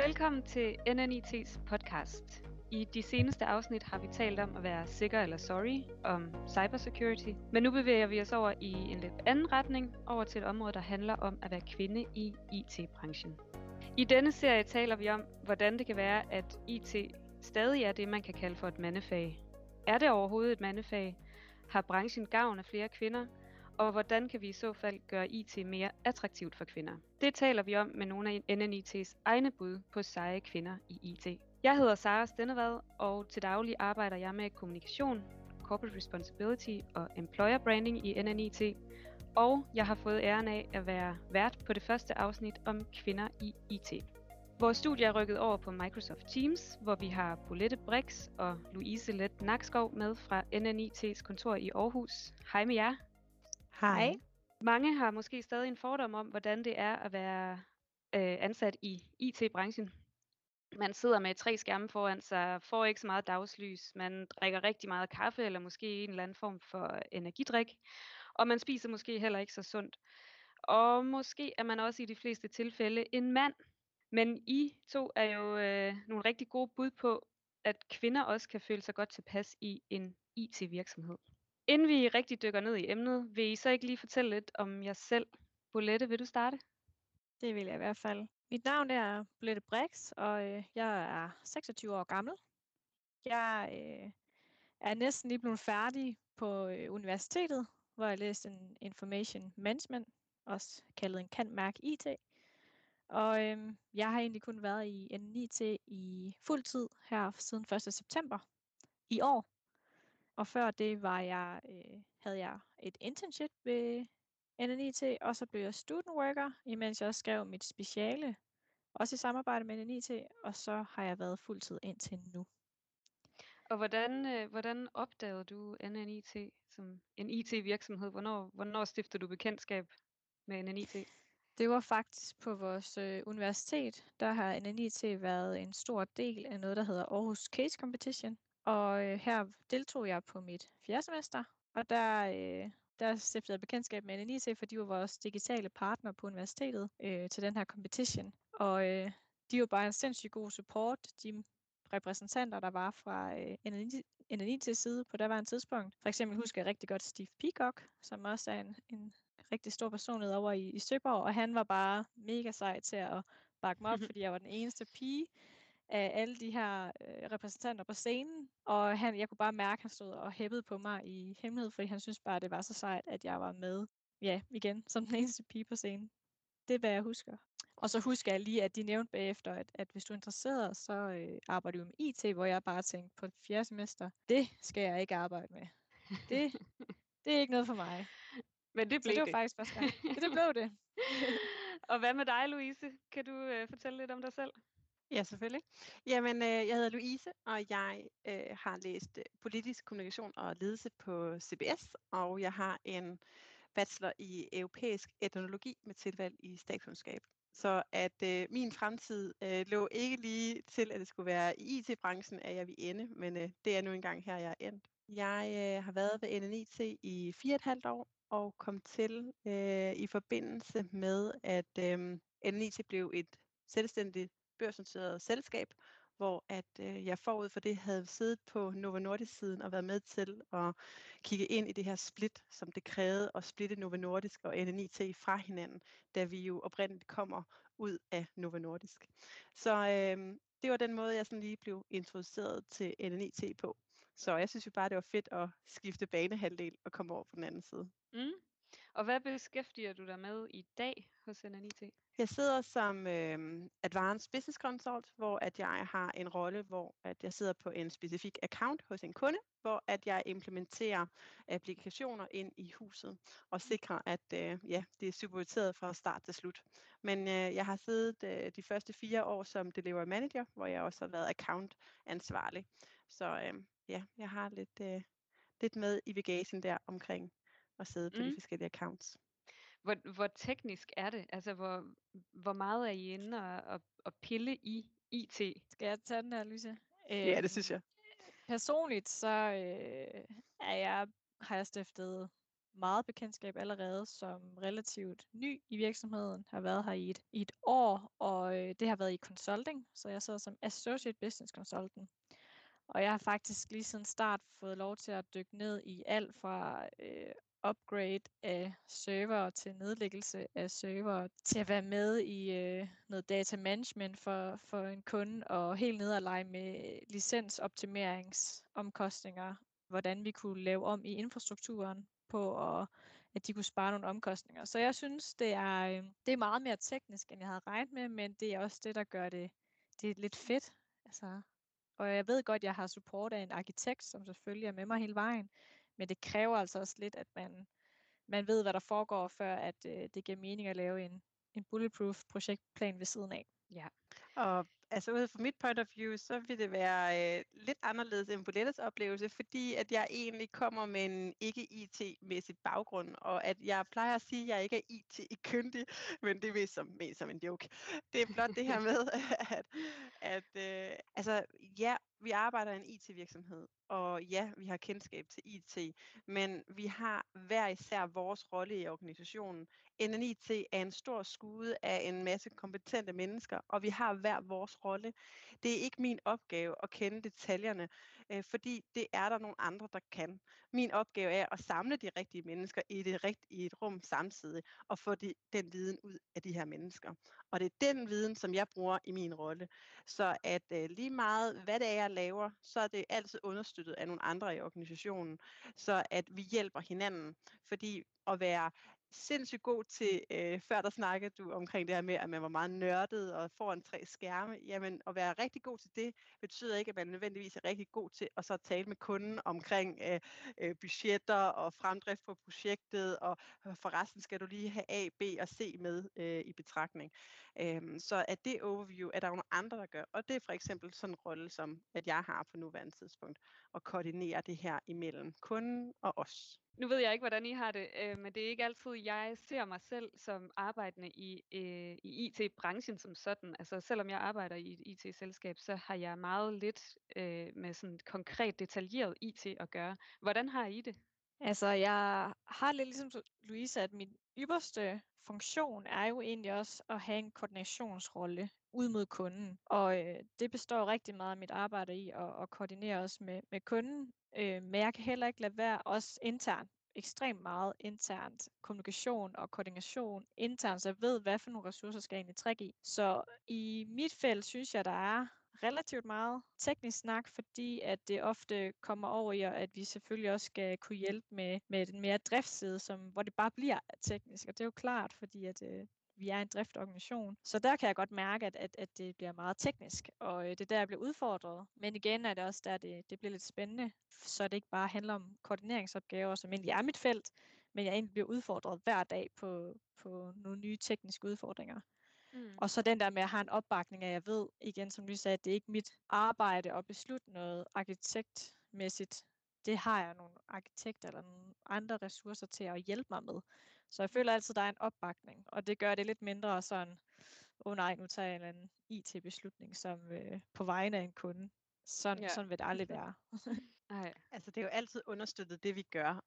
Velkommen til NNIT's podcast. I de seneste afsnit har vi talt om at være sikker eller sorry, om cybersecurity, men nu bevæger vi os over i en lidt anden retning, over til et område, der handler om at være kvinde i IT-branchen. I denne serie taler vi om, hvordan det kan være, at IT stadig er det, man kan kalde for et mandefag. Er det overhovedet et mandefag? Har branchen gavn af flere kvinder? Og hvordan kan vi i så fald gøre IT mere attraktivt for kvinder? Det taler vi om med nogle af NNIT's egne bud på seje kvinder i IT. Jeg hedder Sara Stennevad, og til daglig arbejder jeg med kommunikation, corporate responsibility og employer branding i NNIT. Og jeg har fået æren af at være vært på det første afsnit om kvinder i IT. Vores studie er rykket over på Microsoft Teams, hvor vi har Bolette Brix og Louise Let Nakskov med fra NNIT's kontor i Aarhus. Hej med jer. Hej. Mange har måske stadig en fordom om, hvordan det er at være ansat i IT-branchen. Man sidder med 3 skærme foran sig, får ikke så meget dagslys, man drikker rigtig meget kaffe eller måske en eller anden form for energidrik, og man spiser måske heller ikke så sundt. Og måske er man også i de fleste tilfælde en mand. Men I to er jo nogle rigtig gode bud på, at kvinder også kan føle sig godt tilpas i en IT-virksomhed. Inden vi rigtig dykker ned i emnet, vil I så ikke lige fortælle lidt om jer selv? Bolette, vil du starte? Det vil jeg i hvert fald. Mit navn er Bolette Brix, og jeg er 26 år gammel. Jeg er næsten lige blevet færdig på universitetet, hvor jeg læste en Information Management, også kaldet en cand.merc IT. Og jeg har egentlig kun været i NNIT i fuld tid her siden 1. september i år. Og før det havde jeg et internship ved NNIT, og så blev jeg student worker, imens jeg også skrev mit speciale, også i samarbejde med NNIT, og så har jeg været fuldtid indtil nu. Og hvordan opdagede du NNIT som en IT-virksomhed? Hvornår stiftede du bekendtskab med NNIT? Det var faktisk på vores universitet. Der har NNIT været en stor del af noget, der hedder Aarhus Case Competition. Og her deltog jeg på mit 4. semester, og der stiftede jeg bekendtskab med NNIT, for de var vores digitale partner på universitetet til den her competition. Og de var bare en sindssygt god support. De repræsentanter, der var fra NNIT's side på daværende tidspunkt. For eksempel husker jeg rigtig godt Steve Peacock, som også er en rigtig stor personlighed over i Søborg, og han var bare mega sej til at bakke mig op, fordi jeg var den eneste pige af alle de her repræsentanter på scenen, og jeg kunne bare mærke, at han stod og hæppede på mig i hemmelighed, fordi han synes bare, at det var så sejt, at jeg var med, ja, igen, som den eneste pige på scenen. Det er, hvad jeg husker. Og så husker jeg lige, at de nævnte bagefter, at hvis du er interesseret, så arbejder du med IT, hvor jeg bare tænkte på 4. semester, det skal jeg ikke arbejde med. Det er ikke noget for mig. Men det blev så det var faktisk første gang. Så det blev det. Og hvad med dig, Louise? Kan du fortælle lidt om dig selv? Ja, selvfølgelig. Jamen, jeg hedder Louise, og jeg har læst politisk kommunikation og ledelse på CBS, og jeg har en bachelor i europæisk etnologi med tilvalg i statskundskab. Så at min fremtid lå ikke lige til, at det skulle være i IT-branchen, at jeg vil ende, men det er nu engang her, jeg er endt. Jeg har været ved NNIT i 4,5 år, og kom til i forbindelse med, at NNIT blev et selvstændigt børsnoteret selskab, hvor at jeg forud for det havde siddet på Novo Nordisk-siden og været med til at kigge ind i det her split, som det krævede at splitte Novo Nordisk og NNIT fra hinanden, da vi jo oprindeligt kommer ud af Novo Nordisk. Så det var den måde, jeg sådan lige blev introduceret til NNIT på. Så jeg synes jo bare, det var fedt at skifte banehalvdel og komme over på den anden side. Mm. Og hvad beskæftiger du dig med i dag hos NNIT? Jeg sidder som Advanced Business Consult, hvor at jeg har en rolle, hvor at jeg sidder på en specifik account hos en kunde, hvor at jeg implementerer applikationer ind i huset og sikrer, at det er supporteret fra start til slut. Men jeg har siddet de første 4 år som Delivery Manager, hvor jeg også har været account ansvarlig. Så jeg har lidt med i bagagen der omkring at sidde på de forskellige accounts. Hvor teknisk er det? Altså, hvor meget er I inde og pille i IT? Skal jeg tage den her, Louise? Ja, det synes jeg. Personligt så har jeg stiftet meget bekendtskab allerede som relativt ny i virksomheden. Har været her i et år, og det har været i consulting, så jeg sidder som Associate Business Consultant. Og jeg har faktisk lige siden start fået lov til at dykke ned i alt fra upgrade af server til nedlæggelse af server, til at være med i noget data management for en kunde, og helt ned at lege med licensoptimeringsomkostninger, hvordan vi kunne lave om i infrastrukturen på, at de kunne spare nogle omkostninger. Så jeg synes, det er meget mere teknisk, end jeg havde regnet med, men det er også det, der gør det er lidt fedt. Altså, og jeg ved godt, at jeg har support af en arkitekt, som selvfølgelig er med mig hele vejen, men det kræver altså også lidt, at man ved, hvad der foregår, før at det giver mening at lave en bulletproof projektplan ved siden af. Ja. Og altså ud fra mit point of view, så vil det være lidt anderledes end Bolettes oplevelse, fordi at jeg egentlig kommer med en ikke-IT-mæssig baggrund, og at jeg plejer at sige, at jeg ikke er IT-kyndig, men det er mest som en joke. Det er blot det her med, at vi arbejder i en IT-virksomhed, og ja, vi har kendskab til IT, men vi har hver især vores rolle i organisationen. NNIT er en stor skude af en masse kompetente mennesker, og vi har hver vores rolle. Det er ikke min opgave at kende detaljerne, fordi det er der nogle andre, der kan. Min opgave er at samle de rigtige mennesker i et rum samtidig, og få den viden ud af de her mennesker. Og det er den viden, som jeg bruger i min rolle. Så at lige meget, hvad det er, jeg laver, så er det altid understøttet af nogle andre i organisationen, så at vi hjælper hinanden. Fordi at være sindssygt god til, før der snakkede du omkring det her med, at man var meget nørdet og foran 3 skærme. Jamen, at være rigtig god til det, betyder ikke, at man nødvendigvis er rigtig god til at så tale med kunden omkring budgetter og fremdrift på projektet, og forresten skal du lige have A, B og C med i betragtning. Så at det overview er der nogle andre, der gør, og det er for eksempel sådan en rolle, som at jeg har på nuværende tidspunkt, at koordinere det her imellem kunden og os. Nu ved jeg ikke, hvordan I har det, men det er ikke altid, jeg ser mig selv som arbejdende i IT-branchen som sådan. Altså selvom jeg arbejder i et IT-selskab, så har jeg meget lidt med sådan konkret detaljeret IT at gøre. Hvordan har I det? Altså, jeg har lidt ligesom Louise, at min ypperste funktion er jo egentlig også at have en koordinationsrolle ud mod kunden. Og det består rigtig meget af mit arbejde i at koordinere os med kunden. Men jeg kan heller ikke lade være også internt. Ekstremt meget internt kommunikation og koordination internt, så jeg ved, hvad for nogle ressourcer skal jeg egentlig trække i. Så i mit felt synes jeg, der er relativt meget teknisk snak, fordi at det ofte kommer over i, at vi selvfølgelig også skal kunne hjælpe med den mere driftsside, hvor det bare bliver teknisk. Og det er jo klart, fordi at vi er en driftorganisation. Så der kan jeg godt mærke, at det bliver meget teknisk, og det er der, jeg bliver udfordret. Men igen er det også der, det bliver lidt spændende, så det ikke bare handler om koordineringsopgaver, som egentlig er mit felt, men jeg egentlig bliver udfordret hver dag på nogle nye tekniske udfordringer. Og så den der med at have en opbakning af, jeg ved igen, som du sagde, at det er ikke mit arbejde at beslutte noget arkitektmæssigt. Det har jeg nogle arkitekter eller nogle andre ressourcer til at hjælpe mig med. Så jeg føler altid, at der er en opbakning, og det gør det lidt mindre sådan, nej, nu tager jeg en eller anden IT-beslutning som på vegne af en kunde. Sådan vil det aldrig være. Nej. Altså det er jo altid understøttet det, vi gør.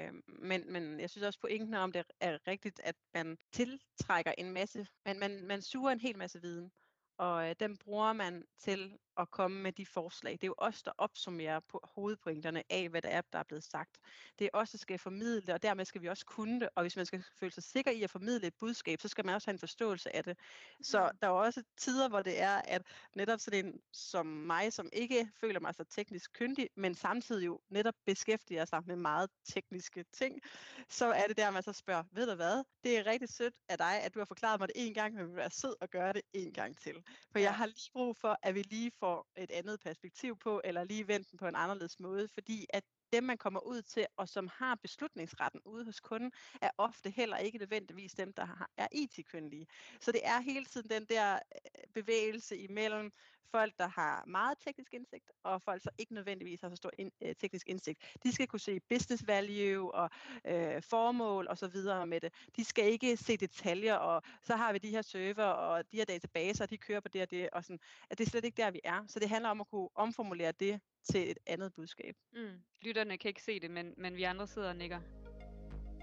Men jeg synes også pointen om det er rigtigt, at man tiltrækker en masse, man suger en hel masse viden, og den bruger man til at komme med de forslag. Det er jo os, der opsummerer på hovedpointerne af, hvad der er blevet sagt. Det er os, der skal formidle det, og dermed skal vi også kunne det. Og hvis man skal føle sig sikker i at formidle et budskab, så skal man også have en forståelse af det. Så der er også tider, hvor det er, at netop sådan en som mig, som ikke føler mig så teknisk kyndig, men samtidig jo netop beskæftiger sig med meget tekniske ting, så er det der, man så spørger, ved du hvad, det er rigtig sødt af dig, at du har forklaret mig det en gang, men vil være sød og gøre det en gang til. For jeg har lige brug for, at vi lige får et andet perspektiv på, eller lige vendt den på en anderledes måde, fordi at dem, man kommer ud til, og som har beslutningsretten ude hos kunden, er ofte heller ikke nødvendigvis dem, der er IT-kyndige. Så det er hele tiden den der bevægelse imellem folk, der har meget teknisk indsigt, og folk, der ikke nødvendigvis har så stor teknisk indsigt. De skal kunne se business value og formål og så videre med det. De skal ikke se detaljer, og så har vi de her server og de her databaser, og de kører på det og det, og sådan, at det er slet ikke der, vi er. Så det handler om at kunne omformulere det til et andet budskab. Lytterne kan ikke se det, men vi andre sidder og nikker.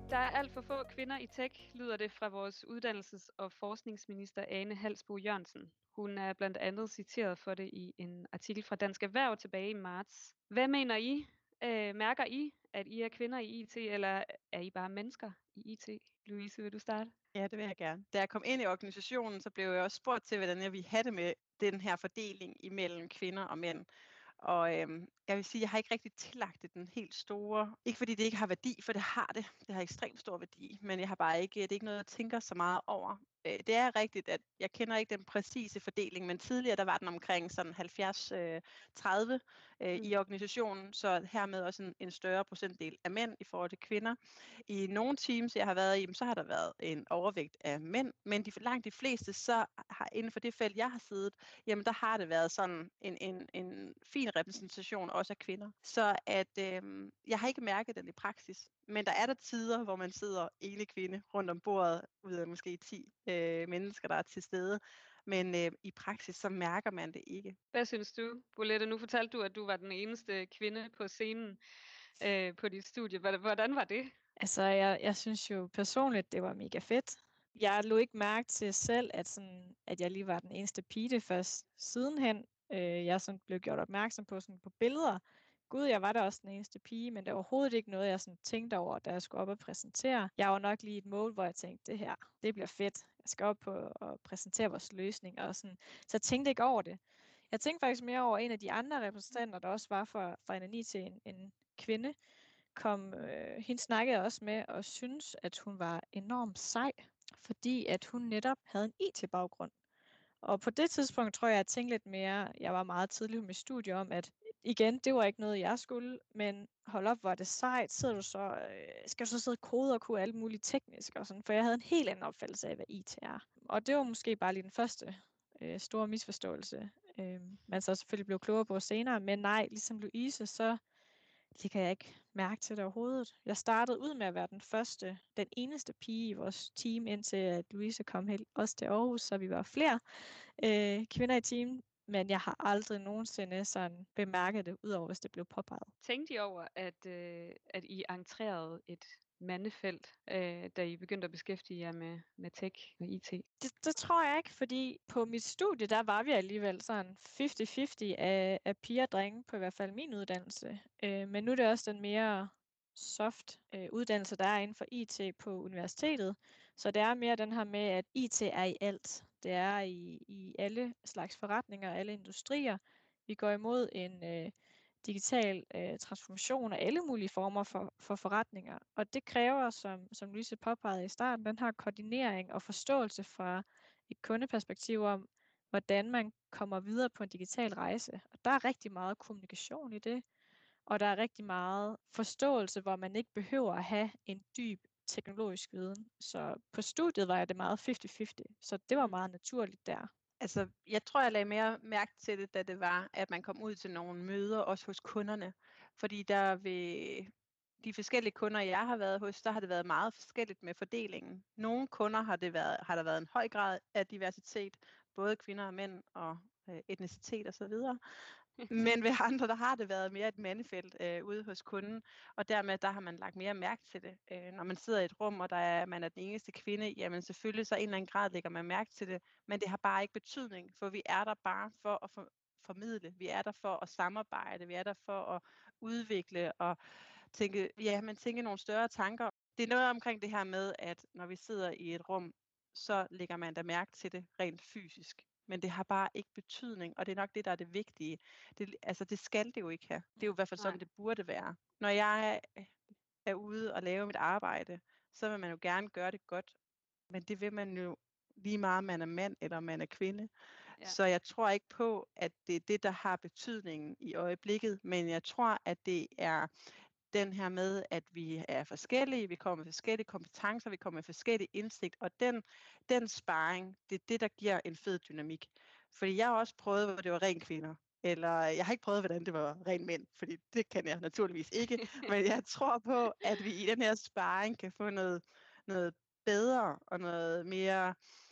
Der er alt for få kvinder i tech, lyder det fra vores uddannelses- og forskningsminister Ane Halsboe Jørgensen. Hun er blandt andet citeret for det i en artikel fra Dansk Erhverv tilbage i marts. Hvad mener I? Mærker I, at I er kvinder i IT, eller er I bare mennesker i IT? Louise, vil du starte? Ja, det vil jeg gerne. Da jeg kom ind i organisationen, så blev jeg også spurgt til, hvordan jeg ville have det med den her fordeling imellem kvinder og mænd. Og jeg vil sige, at jeg har ikke rigtig tillagt det den helt store. Ikke fordi det ikke har værdi, for det har det. Det har ekstremt stor værdi, men jeg har bare ikke, det er ikke noget, jeg tænker så meget over. Det er rigtigt, at jeg kender ikke den præcise fordeling, men tidligere der var den omkring sådan 70-30 i organisationen, så hermed også en større procentdel af mænd i forhold til kvinder. I nogle teams, jeg har været i, så har der været en overvægt af mænd, men langt de fleste, så har inden for det felt, jeg har siddet, jamen der har det været sådan en fin repræsentation også af kvinder. Så at jeg har ikke mærket den i praksis, men der er der tider, hvor man sidder ene kvinde rundt om bordet, ud af måske 10 mennesker, der er til stede. Men i praksis, så mærker man det ikke. Hvad synes du, Bolette? Nu fortalte du, at du var den eneste kvinde på scenen på dit studie. Hvordan var det? Altså, jeg synes jo personligt, det var mega fedt. Jeg lå ikke mærke til selv, at jeg lige var den eneste pige det først sidenhen. Jeg sådan blev gjort opmærksom på, på billeder. Gud, jeg var da også den eneste pige, men det var overhovedet ikke noget, jeg sådan tænkte over, da jeg skulle op og præsentere. Jeg var nok lige i et mål, hvor jeg tænkte, det her, det bliver fedt. Jeg skal op og præsentere vores løsning. Og sådan. Så jeg tænkte ikke over det. Jeg tænkte faktisk mere over en af de andre repræsentanter, der også var fra NNI til en kvinde. Hende snakkede jeg også med og synes, at hun var enormt sej, fordi at hun netop havde en IT-baggrund. Og på det tidspunkt tror jeg tænkte lidt mere, jeg var meget tidlig på mit studie om, at igen, det var ikke noget, jeg skulle, men hold op, hvor er det sejt, skal du så sidde og kode og kunne alt muligt teknisk og sådan, for jeg havde en helt anden opfattelse af, hvad IT er. Og det var måske bare lige den første store misforståelse, man så selvfølgelig blev klogere på senere, men nej, ligesom Louise, så det kan jeg ikke mærke til det overhovedet. Jeg startede ud med at være den eneste pige i vores team, indtil at Louise kom helt også til Aarhus, så vi var flere kvinder i team. Men jeg har aldrig nogensinde sådan bemærket det, udover hvis det blev påpeget. Tænkte I over, at I entrerede et mandefelt, da I begyndte at beskæftige jer med tech og IT? Det tror jeg ikke, fordi på mit studie, der var vi alligevel sådan 50-50 af piger og drenge, på i hvert fald min uddannelse. Men nu er det også den mere soft uddannelse, der er inden for IT på universitetet. Så det er mere den her med, at IT er i alt. Det er i alle slags forretninger, alle industrier. Vi går imod en digital transformation af alle mulige former for forretninger. Og det kræver, som Louise påpegede i starten, den her koordinering og forståelse fra et kundeperspektiv om, hvordan man kommer videre på en digital rejse. Og der er rigtig meget kommunikation i det, og der er rigtig meget forståelse, hvor man ikke behøver at have en dyb teknologisk viden. Så på studiet var det meget 50-50, så det var meget naturligt der. Altså, jeg tror, jeg lagde mere mærke til det, da det var, at man kom ud til nogle møder, også hos kunderne. Fordi der ved de forskellige kunder, jeg har været hos, der har det været meget forskelligt med fordelingen. Nogle kunder har der været en høj grad af diversitet, både kvinder og mænd og etnicitet osv. Men ved andre, der har det været mere et mandefelt ude hos kunden, og dermed der har man lagt mere mærke til det. Når man sidder i et rum, og man er den eneste kvinde, jamen selvfølgelig så i en eller anden grad lægger man mærke til det, men det har bare ikke betydning, for vi er der bare for at formidle, vi er der for at samarbejde, vi er der for at udvikle og tænke nogle større tanker. Det er noget omkring det her med, at når vi sidder i et rum, så lægger man da mærke til det rent fysisk. Men det har bare ikke betydning, og det er nok det, der er det vigtige. Det skal det jo ikke have. Det er jo i hvert fald sådan, det burde være. Når jeg er ude og lave mit arbejde, så vil man jo gerne gøre det godt. Men det vil man jo lige meget, om man er mand eller man er kvinde. Ja. Så jeg tror ikke på, at det er det, der har betydningen i øjeblikket. Men jeg tror, at det er den her med, at vi er forskellige, vi kommer med forskellige kompetencer, vi kommer med forskellige indsigt, og den sparring, det er det, der giver en fed dynamik. Fordi jeg har også prøvet, hvor det var ren kvinder, eller jeg har ikke prøvet, hvordan det var ren mænd, fordi det kan jeg naturligvis ikke, men jeg tror på, at vi i den her sparring kan få noget bedre, og noget mere,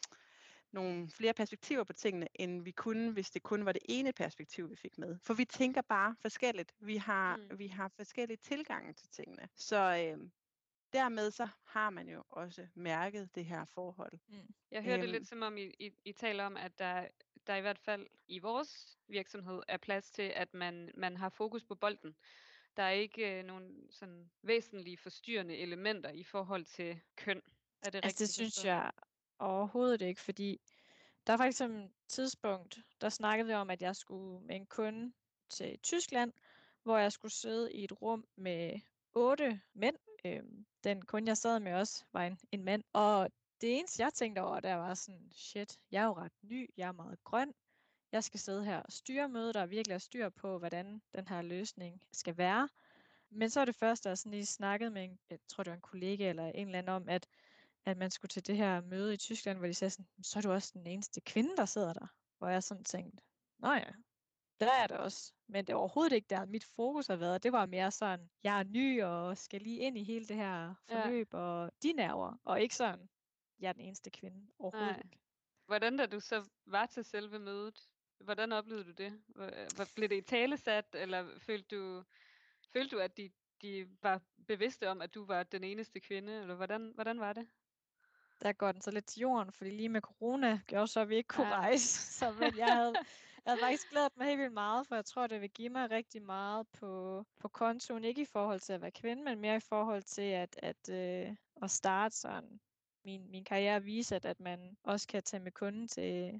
nogle flere perspektiver på tingene, end vi kunne, hvis det kun var det ene perspektiv, vi fik med. For vi tænker bare forskelligt. Vi har forskellige tilgange til tingene. Så dermed så har man jo også mærket det her forhold. Jeg hører det Øhm. lidt som om, I taler om, at der i hvert fald i vores virksomhed er plads til, at man har fokus på bolden. Der er ikke nogen sådan væsentlige forstyrrende elementer i forhold til køn. Er det Altså rigtigt det synes forstået? jeg overhovedet ikke, fordi der er faktisk et tidspunkt, der snakkede vi om, at jeg skulle med en kunde til Tyskland, hvor jeg skulle sidde i et rum med 8 mænd. Den kunde, jeg sad med også, var en mand. Og det eneste, jeg tænkte over, der var sådan, shit, jeg er jo ret ny, jeg er meget grøn. Jeg skal sidde her og styre mødet, og virkelig have styr på, hvordan den her løsning skal være. Men så er det først, da jeg sådan lige snakkede med jeg tror det var en kollega eller en eller anden om, at man skulle til det her møde i Tyskland, hvor de sagde sådan, så er du også den eneste kvinde, der sidder der. Hvor jeg sådan tænkte, nå ja, der er det også. Men det er overhovedet ikke der, mit fokus har været. Det var mere sådan, jeg er ny og skal lige ind i hele det her forløb og de nerver. Og ikke sådan, jeg er den eneste kvinde. Overhovedet ikke. Hvordan da du så var til selve mødet, hvordan oplevede du det? Blev det italesat, eller følte du at de var bevidste om, at du var den eneste kvinde, eller hvordan var det? Der går den så lidt til jorden, fordi lige med corona gjorde så, at vi ikke kunne rejse. Så, men jeg havde faktisk glædet mig helt vildt meget, for jeg tror, det vil give mig rigtig meget på kontoen. Ikke i forhold til at være kvinde, men mere i forhold til at starte sådan min karriere og vise, at man også kan tage med kunden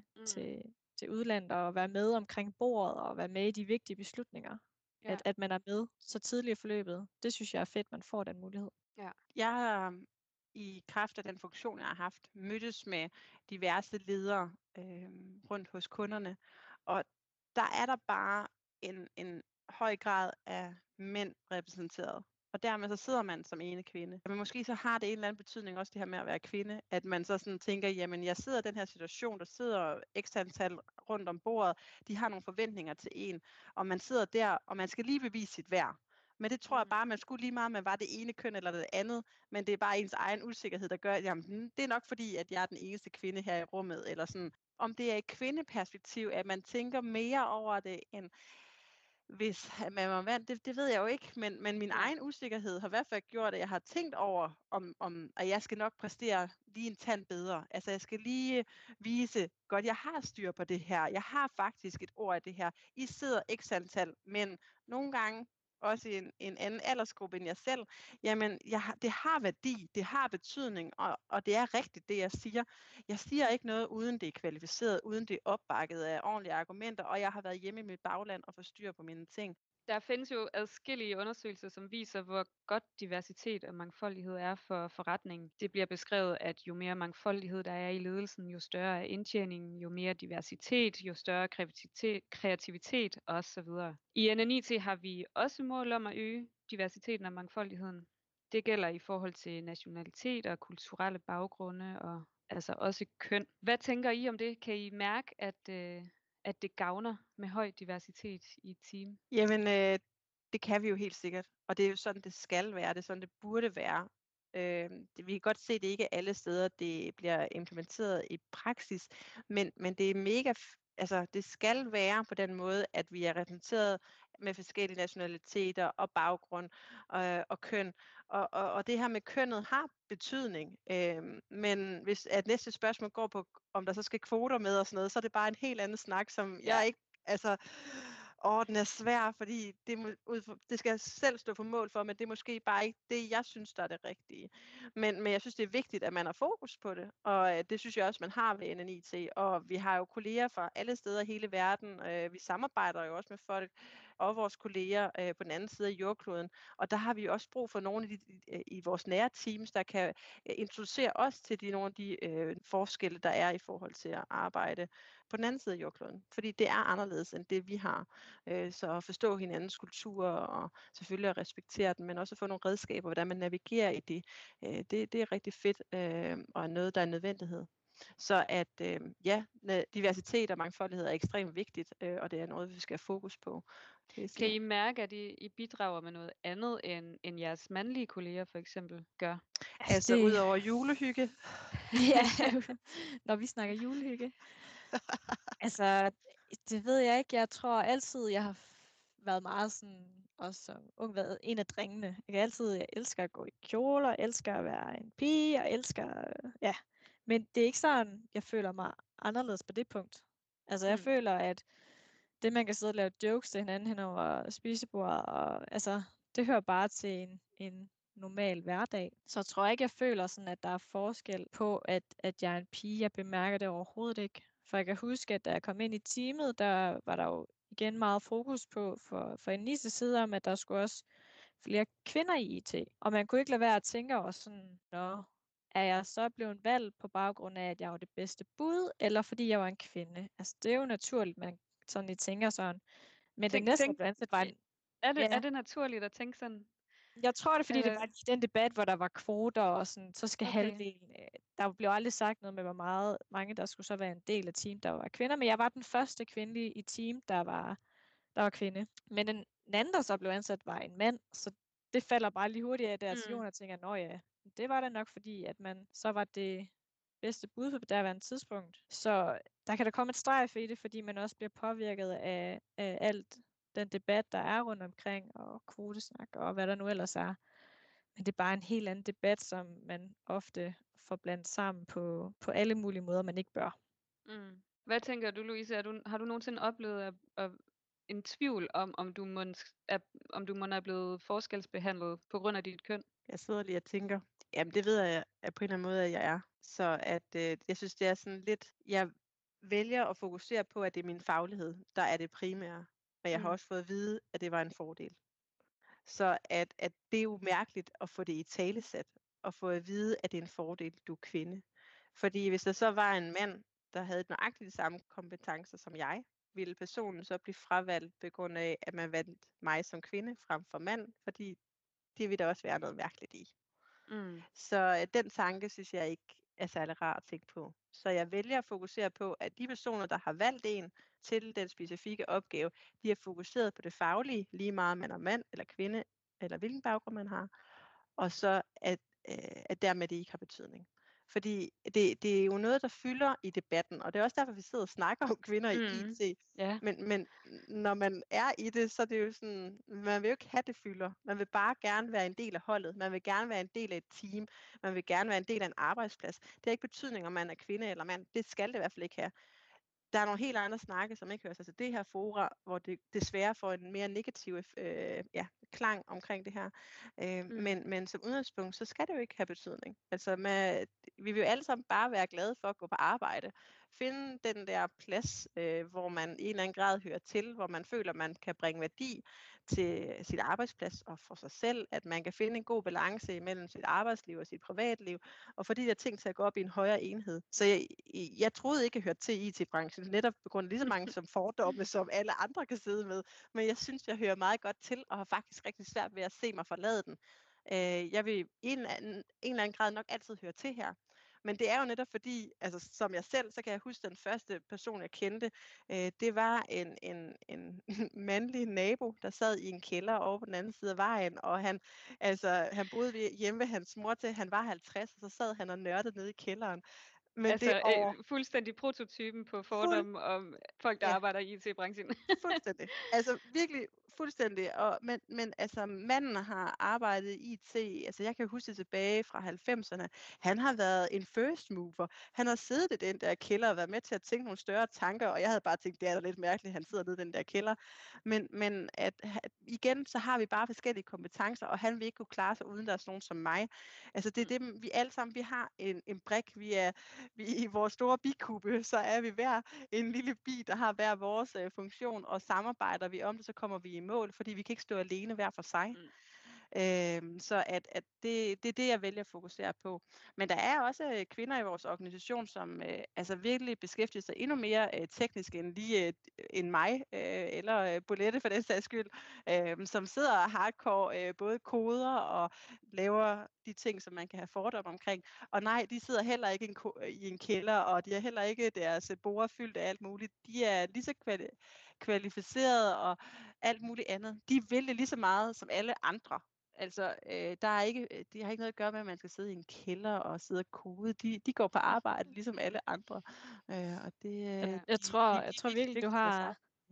til udlandet og være med omkring bordet og være med i de vigtige beslutninger. Ja. At man er med så tidligt i forløbet. Det synes jeg er fedt, man får den mulighed. Ja. Jeg har i kraft af den funktion, jeg har haft, mødtes med diverse ledere rundt hos kunderne. Og der er der bare en høj grad af mænd repræsenteret. Og dermed så sidder man som ene kvinde. Men måske så har det en eller anden betydning også det her med at være kvinde, at man så sådan tænker, jamen jeg sidder i den her situation, der sidder x antal rundt om bordet, de har nogle forventninger til en, og man sidder der, og man skal lige bevise sit værd. Men det tror jeg bare, man skulle lige meget, man var det ene køn eller det andet, men det er bare ens egen usikkerhed, der gør, at jamen, det er nok fordi, at jeg er den eneste kvinde her i rummet, eller sådan. Om det er et kvindeperspektiv, at man tænker mere over det, end hvis man var mand, det ved jeg jo ikke, men min egen usikkerhed har i hvert fald gjort, at jeg har tænkt over, at jeg skal nok præstere lige en tand bedre. Altså jeg skal lige vise, godt jeg har styr på det her, jeg har faktisk et ord i det her. I sidder x antal, men nogle gange også i en anden aldersgruppe end jeg selv, jamen det har værdi, det har betydning, og det er rigtigt det jeg siger. Jeg siger ikke noget uden det er kvalificeret, uden det er opbakket af ordentlige argumenter, og jeg har været hjemme i mit bagland og få styr på mine ting. Der findes jo adskillige undersøgelser, som viser, hvor godt diversitet og mangfoldighed er for forretningen. Det bliver beskrevet, at jo mere mangfoldighed der er i ledelsen, jo større er indtjeningen, jo mere diversitet, jo større kreativitet osv. I NNIT har vi også mål om at øge diversiteten og mangfoldigheden. Det gælder i forhold til nationalitet og kulturelle baggrunde og altså også køn. Hvad tænker I om det? Kan I mærke, at det gavner med høj diversitet i et team? Jamen, det kan vi jo helt sikkert, og det er jo sådan, det skal være, det er sådan, det burde være. Vi kan godt se, at det ikke er alle steder, det bliver implementeret i praksis, men det er mega, altså det skal være på den måde, at vi er repræsenteret med forskellige nationaliteter og baggrund og køn, og det her med kønnet har betydning, men hvis at næste spørgsmål går på, om der så skal kvoter med og sådan noget, så er det bare en helt anden snak, som jeg ikke, altså, den er svær, fordi det skal jeg selv stå på mål for, men det er måske bare ikke det, jeg synes, der er det rigtige. Men jeg synes, det er vigtigt, at man har fokus på det, og det synes jeg også, man har ved NNIT, og vi har jo kolleger fra alle steder i hele verden. Vi samarbejder jo også med folk og vores kolleger på den anden side af jordkloden, og der har vi også brug for nogle af i vores nære teams, der kan introducere os til nogle af de forskelle, der er i forhold til at arbejde på den anden side af jordkloden, fordi det er anderledes end det, vi har. Så at forstå hinandens kulturer og selvfølgelig at respektere den, men også at få nogle redskaber, hvordan man navigerer i det. Det er rigtig fedt og noget, der er en nødvendighed. Så at diversitet og mangfoldighed er ekstremt vigtigt, og det er noget, vi skal have fokus på. Kan I mærke, at I bidrager med noget andet, end jeres mandlige kolleger for eksempel gør? Altså ud over julehygge? Ja, når vi snakker julehygge. Altså, det ved jeg ikke. Jeg tror altid, jeg har været meget sådan, også som ung, været en af drengene. Jeg elsker at gå i kjoler, elsker at være en pige, og elsker, ja. Men det er ikke sådan, jeg føler mig anderledes på det punkt. Altså jeg føler, at det, man kan sidde og lave jokes til hinanden hen over spisebordet, og altså, det hører bare til en normal hverdag. Så jeg tror ikke, jeg føler sådan, at der er forskel på, at jeg er en pige. Jeg bemærker det overhovedet ikke. For jeg kan huske, at da jeg kom ind i teamet, der var der jo igen meget fokus på for Enises side om, at der skulle også flere kvinder i IT. Og man kunne ikke lade være at tænke over sådan, er jeg så blevet valgt på baggrund af, at jeg var det bedste bud, eller fordi jeg var en kvinde? Altså, det er jo naturligt, man sådan lige tænker sådan. Men det næste, der blev ansat, var en... Er det naturligt at tænke sådan? Jeg tror det, fordi det var lige den debat, hvor der var kvoter og sådan, så skal halvdelen... Der blev aldrig sagt noget med, hvor mange der skulle så være en del af team, der var kvinder, men jeg var den første kvindelige i team, der var kvinde. Men den anden, der så blev ansat, var en mand, så det falder bare lige hurtigt af deres jord, og tænker, nå ja, det var det nok, fordi at man så var det bedste bud på derværende tidspunkt. Så der kan der komme et strejf i det, fordi man også bliver påvirket af alt den debat, der er rundt omkring, og kvotesnak, og hvad der nu ellers er. Men det er bare en helt anden debat, som man ofte får blandet sammen på alle mulige måder, man ikke bør. Hvad tænker du, Louise? Har du nogensinde oplevet en tvivl om du er blevet forskelsbehandlet på grund af dit køn? Jeg sidder lige og tænker, jamen det ved jeg at på en eller anden måde, at jeg er. Så at jeg synes, det er sådan lidt, jeg vælger at fokusere på, at det er min faglighed, der er det primære. Og jeg har også fået at vide, at det var en fordel. Så at det er jo mærkeligt at få det i talesæt, og få at vide, at det er en fordel, du er kvinde. Fordi hvis der så var en mand, der havde nøjagtigt de samme kompetencer som jeg, ville personen så blive fravalgt på grund af, at man valgte mig som kvinde frem for mand, fordi det vil der også være noget mærkeligt i. Så den tanke synes jeg ikke er særlig rar at tænke på. Så jeg vælger at fokusere på, at de personer, der har valgt en til den specifikke opgave, de har fokuseret på det faglige, lige meget man er mand eller kvinde, eller hvilken baggrund man har, og så at dermed det ikke har betydning. Fordi det er jo noget, der fylder i debatten, og det er også derfor, vi sidder og snakker om kvinder i IT. Ja. Men når man er i det, så er det jo sådan, man vil jo ikke have det fylder. Man vil bare gerne være en del af holdet. Man vil gerne være en del af et team. Man vil gerne være en del af en arbejdsplads. Det har ikke betydning, om man er kvinde eller mand. Det skal det i hvert fald ikke have. Der er nogle helt andre snakke, som ikke hører sig til det her fora, hvor det desværre får en mere negativ klang omkring det her. Men som udgangspunkt, så skal det jo ikke have betydning. Altså, vi vil jo alle sammen bare være glade for at gå på arbejde. Finde den der plads, hvor man i en eller anden grad hører til, hvor man føler, man kan bringe værdi til sit arbejdsplads og for sig selv, at man kan finde en god balance imellem sit arbejdsliv og sit privatliv, og få de der ting til at gå op i en højere enhed. Så jeg troede ikke, jeg hørte til i IT-branchen, netop på grund af lige så mange som fordomme, som alle andre kan sidde med. Men jeg synes, jeg hører meget godt til, og har faktisk rigtig svært ved at se mig forlade den. Jeg vil i en eller anden grad nok altid høre til her. Men det er jo netop fordi, altså som jeg selv, så kan jeg huske den første person, jeg kendte. Det var en mandlig nabo, der sad i en kælder over på den anden side af vejen, og han boede hjemme ved hans mor til han var 50, og så sad han og nørdede nede i kælderen. Men altså det er fuldstændig prototypen på fordomme om folk, der arbejder i IT-branchen. Fuldstændig. Altså virkelig fuldstændig. Men altså manden har arbejdet i IT, altså jeg kan huske det tilbage fra 90'erne. Han har været en first mover. Han har siddet i den der kælder og været med til at tænke nogle større tanker, og jeg havde bare tænkt, det er da lidt mærkeligt, at han sidder nede i den der kælder. Men igen, så har vi bare forskellige kompetencer, og han vil ikke kunne klare sig uden der er sådan nogen som mig. Altså det er det, vi alle sammen, vi har en brik, vi i vores store bikube, så er vi hver en lille bi, der har hver vores funktion, og samarbejder vi om det, så kommer vi i mål, fordi vi kan ikke stå alene hver for sig. Så det er det, jeg vælger at fokusere på. Men der er også kvinder i vores organisation, som altså virkelig beskæftiger sig endnu mere teknisk end mig, eller Bolette for den sags skyld, som sidder hardcore, både koder og laver de ting, som man kan have fordom omkring. Og nej, de sidder heller ikke i en kælder, og de har heller ikke deres borer fyldt af alt muligt. De er lige så kvalificerede og alt muligt andet. De vil det lige så meget som alle andre. Altså, det har ikke noget at gøre med, at man skal sidde i en kælder og sidde og kode. De går på arbejde, ligesom alle andre. Og det, jeg tror virkelig, du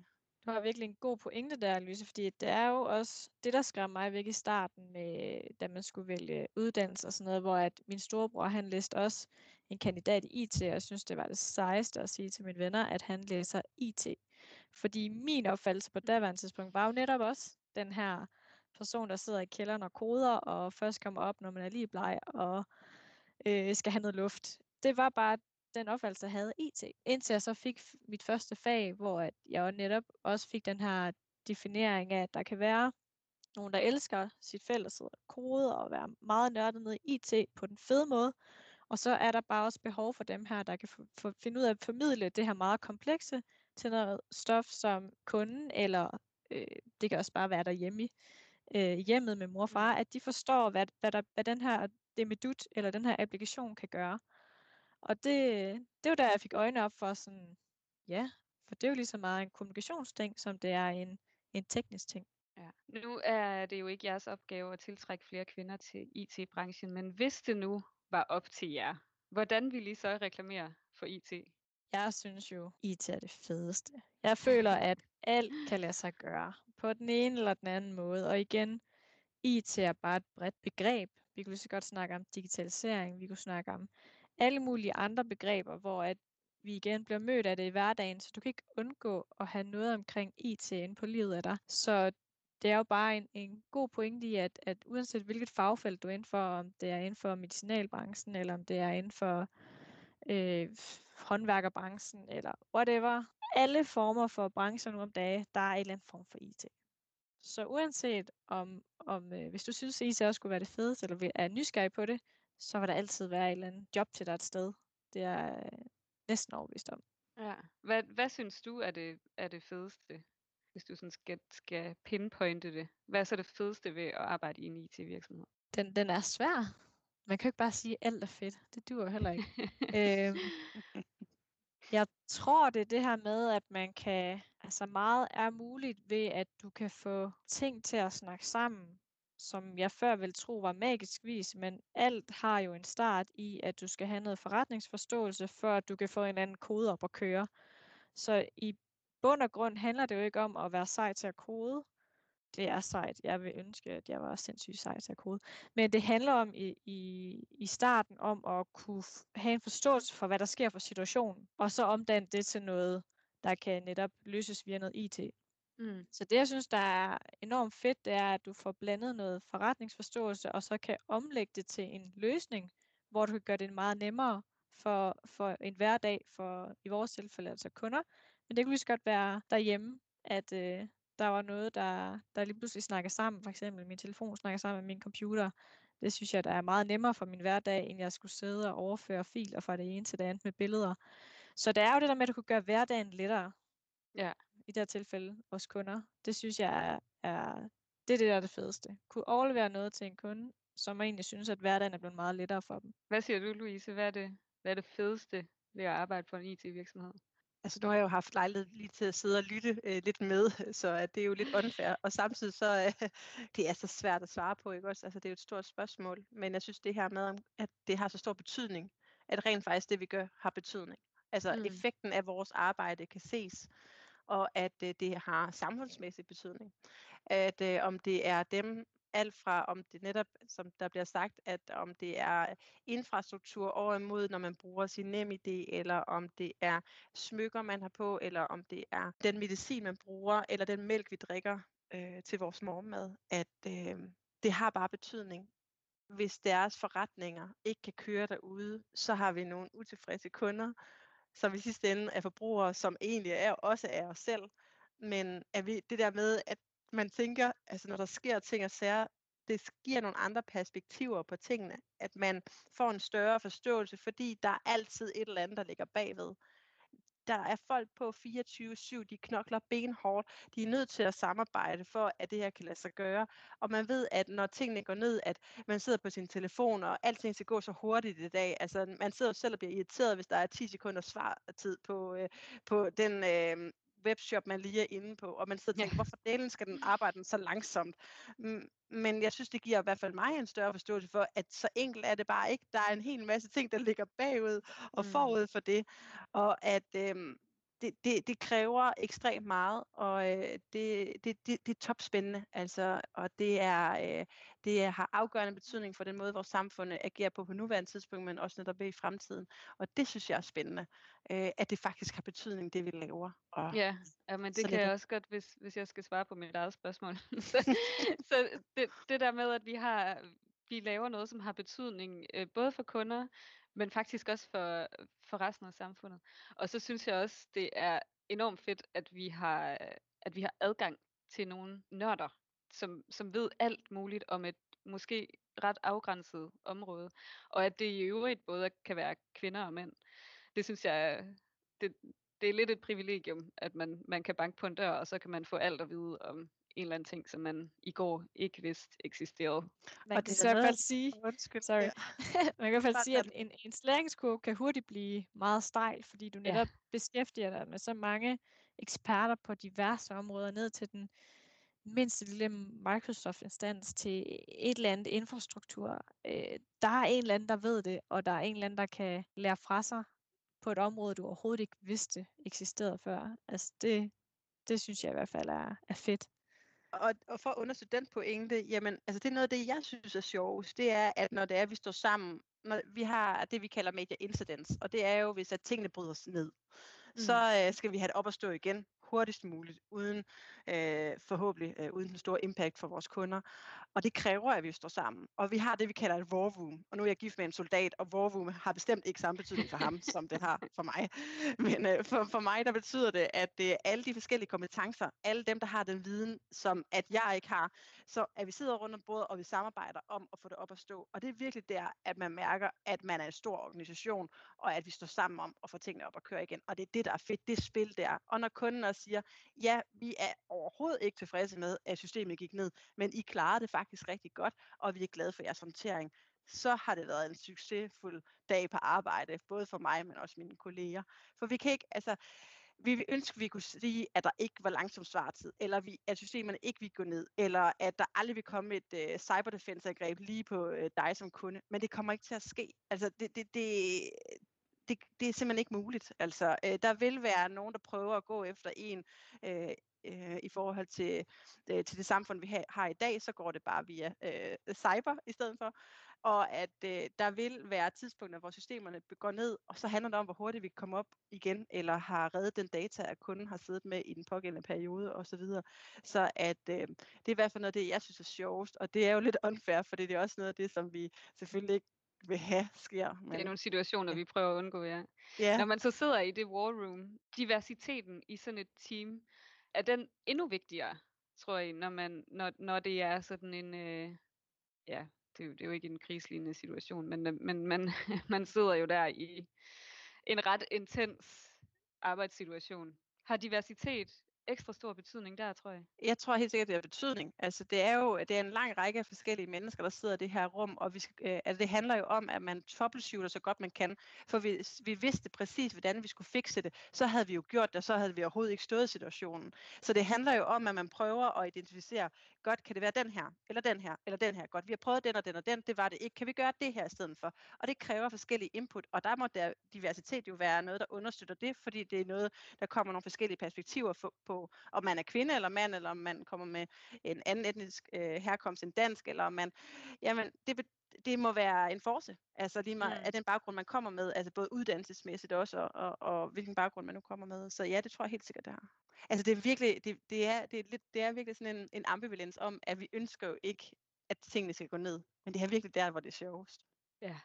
Du har virkelig en god pointe der, Louise, fordi det er jo også det, der skræmte mig væk i starten, med, da man skulle vælge uddannelse og sådan noget, hvor at min storebror, han læste også en kandidat i IT, og jeg synes, det var det sejeste at sige til mine venner, at han læser IT. Fordi min opfattelse på daværende tidspunkt var jo netop også den her person, der sidder i kælderen og koder, og først kommer op, når man er lige bleg, og skal have noget luft. Det var bare den opfattelse, jeg havde af IT. Indtil jeg så fik mit første fag, hvor at jeg jo netop også fik den her definering af, at der kan være nogen, der elsker sit felt og sidder og koder og være meget nørdet ned i IT på den fede måde. Og så er der bare også behov for dem her, der kan finde ud af at formidle det her meget komplekse til noget stof som kunden, eller det kan også bare være derhjemme i hjemmet med mor og far, at de forstår, hvad den her demedut eller den her applikation kan gøre. Og det er jo der, jeg fik øjnene op for sådan, ja, for det er jo lige så meget en kommunikationsting, som det er en teknisk ting. Ja. Nu er det jo ikke jeres opgave at tiltrække flere kvinder til IT-branchen, men hvis det nu var op til jer, hvordan ville I så reklamere for IT? Jeg synes jo, IT er det fedeste. Jeg føler, at alt kan lade sig gøre på den ene eller den anden måde. Og igen, IT er bare et bredt begreb. Vi kunne lige så godt snakke om digitalisering, vi kunne snakke om alle mulige andre begreber, hvor at vi igen bliver mødt af det i hverdagen, så du kan ikke undgå at have noget omkring IT inde på livet af dig. Så det er jo bare en god pointe i, at uanset hvilket fagfelt du er inden for, om det er inden for medicinalbranchen, eller om det er inden for håndværkerbranchen, eller whatever, alle former for brancher nu om dage, der er en eller anden form for IT. Så uanset om hvis du synes, at IT også skulle være det fedeste, eller er nysgerrig på det, så vil der altid være et eller andet job til dig et sted. Det er jeg næsten overbevist om. Ja. Hvad synes du er det fedeste, hvis du sådan skal pinpointe det? Hvad er så det fedeste ved at arbejde i en IT-virksomhed? Den er svær. Man kan jo ikke bare sige, at alt er fedt. Det duer heller ikke. Jeg tror, det er det her med, at man kan, altså meget er muligt ved, at du kan få ting til at snakke sammen, som jeg før ville tro var magisk vis, men alt har jo en start i, at du skal have noget forretningsforståelse, før du kan få en anden kode op at køre. Så i bund og grund handler det jo ikke om at være sej til at kode. Det er sejt. Jeg vil ønske, at jeg var sindssygt sej til at kode. Men det handler om i starten om at kunne have en forståelse for, hvad der sker for situationen, og så omdanne det til noget, der kan netop løses via noget IT. Mm. Så det, jeg synes, der er enormt fedt, det er, at du får blandet noget forretningsforståelse, og så kan omlægge det til en løsning, hvor du kan gøre det meget nemmere for en hverdag, for i vores tilfælde altså kunder. Men det kunne lige så godt være derhjemme, at der var noget, der lige pludselig snakker sammen. For eksempel min telefon snakker sammen med min computer. Det synes jeg, der er meget nemmere for min hverdag, end jeg skulle sidde og overføre filer fra det ene til det andet med billeder. Så det er jo det der med, at du kan gøre hverdagen lettere. Ja. I det her tilfælde hos kunder. Det synes jeg det er det, der er det fedeste. Kunne overlevere noget til en kunde, som man egentlig synes, at hverdagen er blevet meget lettere for dem. Hvad siger du, Louise? Hvad er det fedeste ved at arbejde for en IT-virksomhed? Altså nu har jeg jo haft lejlighed lige til at sidde og lytte lidt med, så at det er jo lidt unfair. Og samtidig så det er så svært at svare på, ikke også? Altså det er jo et stort spørgsmål, men jeg synes det her med, at det har så stor betydning, at rent faktisk det vi gør har betydning. Altså effekten af vores arbejde kan ses, og at det har samfundsmæssig betydning. At om det er dem, alt fra om det netop, som der bliver sagt, at om det er infrastruktur over imod, når man bruger sin NemID, eller om det er smykker, man har på, eller om det er den medicin, man bruger, eller den mælk, vi drikker til vores morgenmad, at det har bare betydning. Hvis deres forretninger ikke kan køre derude, så har vi nogle utilfredse kunder, som i sidste ende er forbrugere, som egentlig også er os selv. Men er vi det der med, at man tænker, altså når der sker ting og sager, det giver nogle andre perspektiver på tingene, at man får en større forståelse, fordi der er altid et eller andet, der ligger bagved. Der er folk på 24/7, de knokler benhårdt, de er nødt til at samarbejde for, at det her kan lade sig gøre. Og man ved, at når tingene går ned, at man sidder på sin telefon, og alting skal gå så hurtigt i dag. Altså man sidder selv og bliver irriteret, hvis der er 10 sekunders svartid på den webshop, man lige er inde på, og man sidder og tænker, hvorfor delen skal den arbejde så langsomt? Men jeg synes, det giver i hvert fald mig en større forståelse for, at så enkelt er det bare ikke. Der er en hel masse ting, der ligger bagud og forud for det, og at det det kræver ekstremt meget, og det er topspændende, altså, og det har afgørende betydning for den måde, vores samfund agerer på nuværende tidspunkt, men også netop i fremtiden. Og det synes jeg er spændende, at det faktisk har betydning, det vi laver. Og Ja, men det kan jeg også godt, hvis jeg skal svare på mit eget spørgsmål. så det der med, at vi laver noget, som har betydning både for kunder, men faktisk også for resten af samfundet. Og så synes jeg også, det er enormt fedt, at vi har adgang til nogle nørder, som ved alt muligt om et måske ret afgrænset område. Og at det i øvrigt både kan være kvinder og mænd. Det synes jeg, det er lidt et privilegium, at man kan banke på en dør, og så kan man få alt at vide om en eller anden ting, som man i går ikke vidste eksisterede. Man kan i hvert fald sige, man kan i hvert fald sige, at en læringskurve kan hurtigt blive meget stejl, fordi du netop beskæftiger dig med så mange eksperter på diverse områder, ned til den mindste lille Microsoft-instans til et eller andet infrastruktur. Der er en eller anden, der ved det, og der er en eller anden, der kan lære fra sig på et område, du overhovedet ikke vidste eksisterede før. Altså det synes jeg i hvert fald er fedt. Og for at understøtte den pointe, jamen, altså det er noget af det, jeg synes er sjovest, det er, at når det er, vi står sammen, når vi har det, vi kalder media incidents, og det er jo, hvis at tingene bryder sig ned, så skal vi have det op at stå igen hurtigst muligt, uden forhåbentlig uden den store impact for vores kunder. Og det kræver, at vi står sammen. Og vi har det, vi kalder et war room. Og nu er jeg gift med en soldat, og war room har bestemt ikke samme betydning for ham, som det har for mig. Men for mig, der betyder det, at det er alle de forskellige kompetencer, alle dem, der har den viden, som at jeg ikke har, så at vi sidder rundt om bordet, og vi samarbejder om at få det op at stå. Og det er virkelig der, at man mærker, at man er en stor organisation, og at vi står sammen om at få tingene op at køre igen. Og det er det, der er fedt, det spil der. Og når kunden også siger, ja, vi er overhovedet ikke tilfredse med, at systemet gik ned, men I klarede det faktisk rigtig godt, og vi er glade for jeres håndtering, så har det været en succesfuld dag på arbejde, både for mig, men også mine kolleger. For vi kan ikke, altså, vi vil ønske, at vi kunne sige, at der ikke var langsom svartid, eller at systemerne ikke vil gå ned, eller at der aldrig vil komme et cyberdefense-angreb lige på dig som kunde, men det kommer ikke til at ske. Altså, det er simpelthen ikke muligt. Altså, der vil være nogen, der prøver at gå efter en i forhold til det samfund, vi har i dag, så går det bare via cyber i stedet for. Og at der vil være tidspunkter, hvor systemerne går ned, og så handler det om, hvor hurtigt vi kan komme op igen, eller har reddet den data, at kunden har siddet med i den pågældende periode osv. Så at det er i hvert fald noget af det, jeg synes er sjovest, og det er jo lidt unfair, fordi det er også noget af det, som vi selvfølgelig ikke vil have sker. Men det er nogle situationer, vi prøver at undgå, ja. Ja. Når man så sidder i det war room, diversiteten i sådan et team, er den endnu vigtigere, tror jeg, når det er sådan en, ja, det er jo ikke en krigslignende situation, men man sidder jo der i en ret intens arbejdssituation. Har diversitet ekstra stor betydning der, tror jeg? Jeg tror helt sikkert, det har betydning. Altså, det er en lang række af forskellige mennesker, der sidder i det her rum, og det handler jo om, at man troubleshooter så godt man kan. For hvis vi vidste præcis, hvordan vi skulle fikse det, så havde vi jo gjort det, og så havde vi overhovedet ikke stået i situationen. Så det handler jo om, at man prøver at identificere, godt, kan det være den her, eller den her, eller den her. Godt, vi har prøvet den og den og den, det var det ikke. Kan vi gøre det her i stedet for? Og det kræver forskellige input, og der må diversitet jo være noget, der understøtter det, fordi det er noget, der kommer nogle forskellige perspektiver på, om man er kvinde eller mand, eller om man kommer med en anden etnisk herkomst end dansk, eller om man, jamen, det må være en force, altså lige meget af den baggrund, man kommer med, altså både uddannelsesmæssigt også, og hvilken baggrund man nu kommer med. Så ja, det tror jeg helt sikkert, det er. Altså det er virkelig, det er virkelig sådan en ambivalens om, at vi ønsker jo ikke, at tingene skal gå ned, men det er virkelig der, hvor det er sjovest. Ja.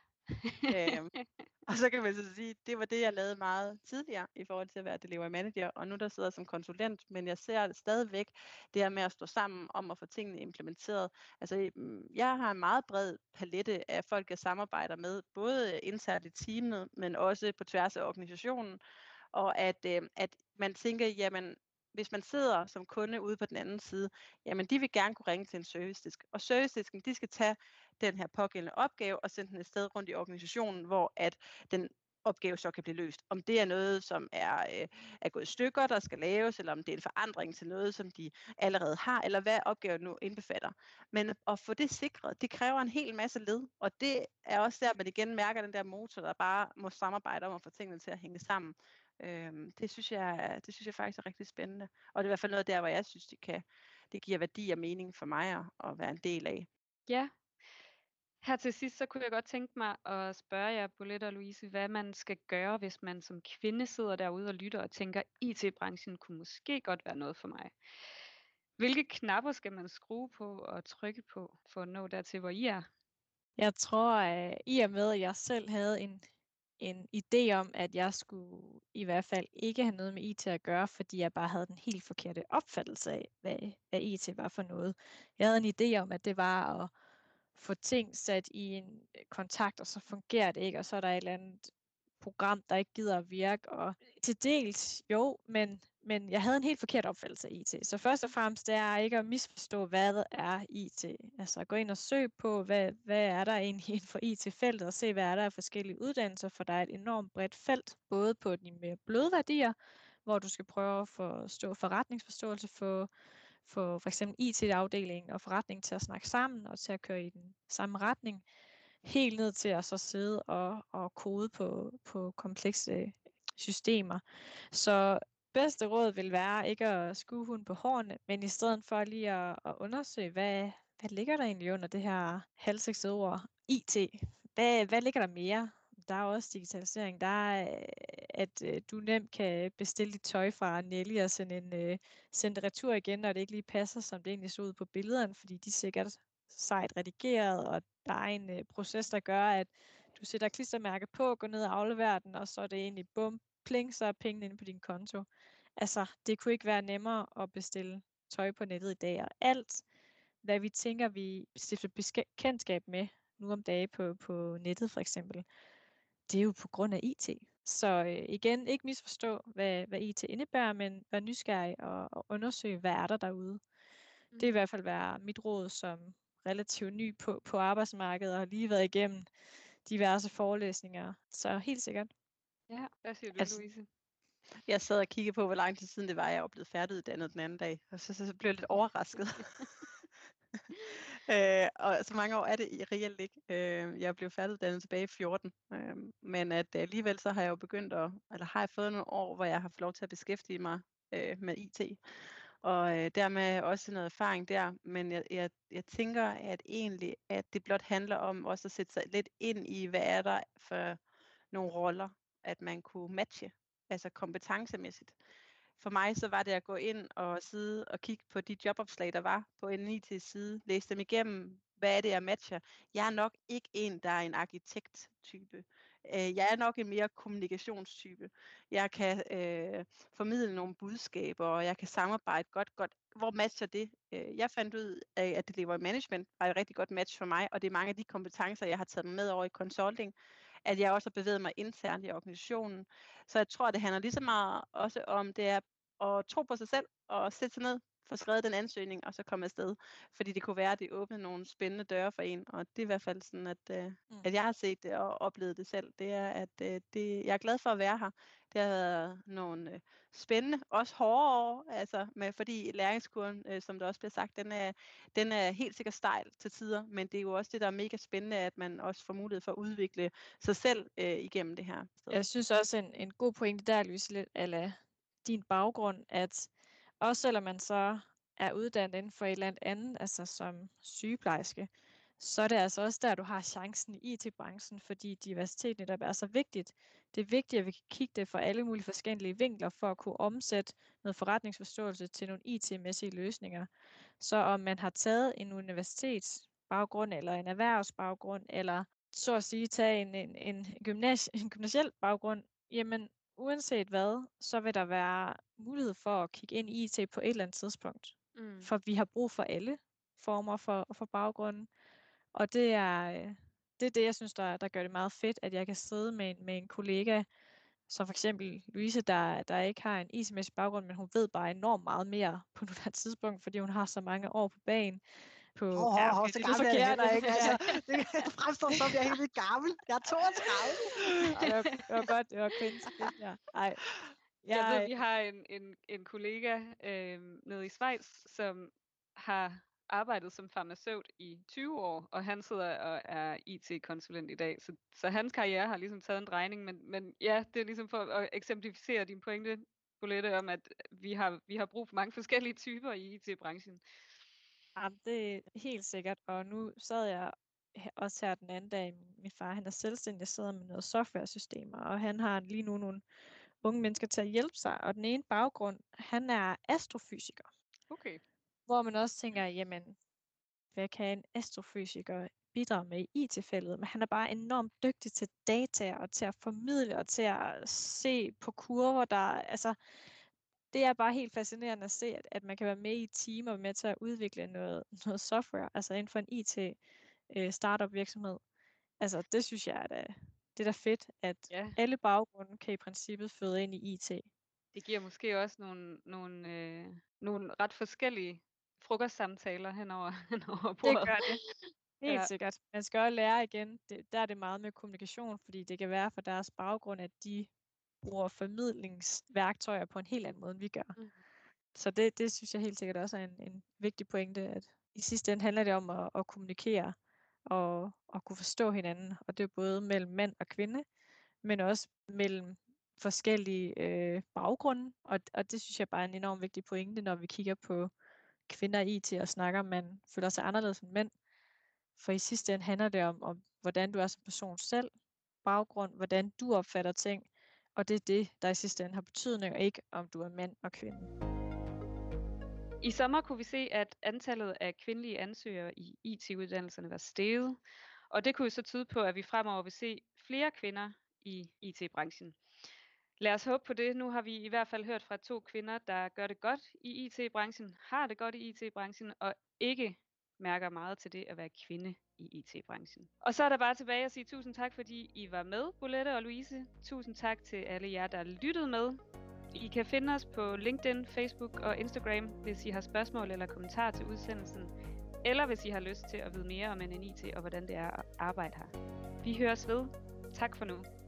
Og så kan man så sige, det var det, jeg lavede meget tidligere i forhold til at være delivery manager, og nu der sidder jeg som konsulent, men jeg ser stadigvæk det her med at stå sammen om at få tingene implementeret. Altså, jeg har en meget bred palette af folk, jeg samarbejder med, både internt i teamet, men også på tværs af organisationen, og at man tænker, jamen, hvis man sidder som kunde ude på den anden side, jamen de vil gerne kunne ringe til en servicedisk, og servicedisken, de skal tage den her pågældende opgave og sende den et sted rundt i organisationen, hvor at den opgave så kan blive løst. Om det er noget, som er gået i stykker, der skal laves, eller om det er en forandring til noget, som de allerede har, eller hvad opgaven nu indbefatter. Men at få det sikret, det kræver en hel masse led, og det er også der, man igen mærker den der motor, der bare må samarbejde om at få tingene til at hænge sammen. Det synes jeg faktisk er rigtig spændende. Og det er i hvert fald noget der, hvor jeg synes, det giver værdi og mening for mig at være en del af. Ja. Her til sidst, så kunne jeg godt tænke mig at spørge jer, Bolette og Louise, hvad man skal gøre, hvis man som kvinde sidder derude og lytter og tænker, IT-branchen kunne måske godt være noget for mig. Hvilke knapper skal man skrue på og trykke på for at nå dertil, hvor I er? Jeg tror, at i og med, at jeg selv havde en idé om, at jeg skulle i hvert fald ikke have noget med IT at gøre, fordi jeg bare havde den helt forkerte opfattelse af, hvad IT var for noget. Jeg havde en idé om, at det var at få ting sat i en kontakt, og så fungerer det ikke, og så er der et eller andet program, der ikke gider at virke, og til dels jo, men jeg havde en helt forkert opfattelse af IT. Så først og fremmest det er ikke at misforstå, hvad er IT. Altså gå ind og søg på, hvad er der egentlig inden for IT-feltet, og se, hvad er der af forskellige uddannelser, for der er et enormt bredt felt, både på de mere bløde værdier, hvor du skal prøve at forstå forretningsforståelse, for eksempel IT-afdelingen og forretning til at snakke sammen og til at køre i den samme retning, helt ned til at så sidde og kode på komplekse systemer. Så bedste råd vil være ikke at skue hunden på hårene, men i stedet for lige at undersøge, hvad ligger der egentlig under det her halvsexede ord IT? Hvad ligger der mere? Der er også digitalisering. Der er, at du nemt kan bestille dit tøj fra Nelly og sende det retur igen, når det ikke lige passer, som det egentlig så ud på billederne, fordi de er sikkert sejt redigeret, og der er en proces, der gør, at du sætter klistermærke på, går ned og afleverer den, og så er det egentlig bum, pling, så er pengene inde på din konto. Altså, det kunne ikke være nemmere at bestille tøj på nettet i dag, og alt, hvad vi tænker, vi stifter bekendtskab med nu om dage på nettet for eksempel, det er jo på grund af IT. Så igen, ikke misforstå, hvad IT indebærer, men vær nysgerrig og undersøge, hvad er der derude. Det er i hvert fald være mit råd som relativt ny på arbejdsmarkedet og har lige været igennem diverse forelæsninger. Så helt sikkert. Ja, hvad siger du, Louise? Jeg sad og kiggede på, hvor lang tid siden det var, jeg var blevet færdiguddannet den anden dag, og så blev jeg lidt overrasket. Og så mange år er det reelt ikke. Jeg blev færdiguddannet tilbage i 14, men at alligevel så har jeg jo begyndt har jeg fået nogle år, hvor jeg har fået lov til at beskæftige mig med IT. Og dermed også noget erfaring der, men jeg tænker, at egentlig, at det blot handler om også at sætte sig lidt ind i, hvad er der for nogle roller, at man kunne matche, altså kompetencemæssigt. For mig så var det at gå ind og sidde og kigge på de jobopslag, der var på en IT-side, læse dem igennem, hvad er det, jeg matcher. Jeg er nok ikke en, der er en arkitekt-type. Jeg er nok en mere kommunikationstype. Jeg kan formidle nogle budskaber, og jeg kan samarbejde godt. Hvor matcher det? Jeg fandt ud af, at delivery management var et rigtig godt match for mig, og det er mange af de kompetencer, jeg har taget med over i consulting, at jeg også har bevæget mig internt i organisationen. Så jeg tror, det handler lige så meget også om, det er at tro på sig selv og sætte sig ned, få skrevet den ansøgning og så komme afsted. Fordi det kunne være, at det åbnede nogle spændende døre for en. Og det er i hvert fald sådan, at jeg har set det og oplevet det selv. Det er, at jeg er glad for at være her. Det har været nogle spændende, også hårde år, altså fordi læringskurven, som der også bliver sagt, den er helt sikkert stejl til tider, men det er jo også det, der er mega spændende, at man også får mulighed for at udvikle sig selv igennem det her. Jeg synes også, en god pointe der, Louise, lidt ala din baggrund, at også selvom man så er uddannet inden for et eller andet, altså som sygeplejerske, så er det altså også der, du har chancen i IT-branchen, fordi diversitet netop er så vigtigt. Det er vigtigt, at vi kan kigge det fra alle mulige forskellige vinkler, for at kunne omsætte noget forretningsforståelse til nogle IT-mæssige løsninger. Så om man har taget en universitetsbaggrund, eller en erhvervsbaggrund, eller så at sige tage en gymnasiel baggrund, jamen uanset hvad, så vil der være mulighed for at kigge ind i IT på et eller andet tidspunkt. For vi har brug for alle former for baggrunden. Og det er det, jeg synes, der gør det meget fedt, at jeg kan sidde med en kollega, som for eksempel Louise, der ikke har en IT-mæssig baggrund, men hun ved bare enormt meget mere på nuværende tidspunkt, fordi hun har så mange år på banen. Så gammel er jeg heller ikke. Altså, det fremstår som, jeg er helt vildt gammel. Jeg er 32. Det var cringe. Ja. Ej. Jeg ved, vi har en kollega nede i Schweiz, som har arbejdet som farmaceut i 20 år, og han sidder og er IT-konsulent i dag. Så hans karriere har ligesom taget en drejning, men ja, det er ligesom for at eksemplificere din pointe, Bolette, om at vi har brug for mange forskellige typer i IT-branchen. Ja, det er helt sikkert, og nu sad jeg også her den anden dag. Min far, han er selvstændig, sidder med noget softwaresystemer, og han har lige nu nogle unge mennesker til at hjælpe sig, og den ene baggrund, han er astrofysiker. Okay. Hvor man også tænker, jamen, hvad kan en astrofysiker bidrage med i IT-feltet? Men han er bare enormt dygtig til data, og til at formidle, og til at se på kurver, altså, det er bare helt fascinerende at se, at man kan være med i et team og være med til at udvikle noget software, altså inden for en IT-startup virksomhed. Altså, det synes jeg det er da fedt, at alle baggrunde kan i princippet føde ind i IT. Det giver måske også nogle ret forskellige frokostsamtaler henover bordet. Det gør det. Helt sikkert. Man skal også lære igen, der er det meget med kommunikation, fordi det kan være for deres baggrund, at de bruger formidlingsværktøjer på en helt anden måde, end vi gør. Mm. Så det synes jeg helt sikkert også er en vigtig pointe, at i sidste ende handler det om at kommunikere og kunne forstå hinanden, og det er både mellem mand og kvinde, men også mellem forskellige baggrunde, og det synes jeg bare er en enormt vigtig pointe, når vi kigger på kvinder i IT og snakker, man føler sig anderledes end mænd. For i sidste ende handler det om hvordan du er som person selv, baggrund, hvordan du opfatter ting, og det er det, der i sidste ende har betydning, og ikke om du er mand og kvinde. I sommer kunne vi se, at antallet af kvindelige ansøgere i IT-uddannelserne var steget, og det kunne jo så tyde på, at vi fremover vil se flere kvinder i IT-branchen. Lad os håbe på det. Nu har vi i hvert fald hørt fra 2 kvinder, der gør det godt i IT-branchen, har det godt i IT-branchen, og ikke mærker meget til det at være kvinde i IT-branchen. Og så er der bare tilbage at sige tusind tak, fordi I var med, Bolette og Louise. Tusind tak til alle jer, der lyttede med. I kan finde os på LinkedIn, Facebook og Instagram, hvis I har spørgsmål eller kommentarer til udsendelsen, eller hvis I har lyst til at vide mere om NNIT og hvordan det er at arbejde her. Vi høres ved. Tak for nu.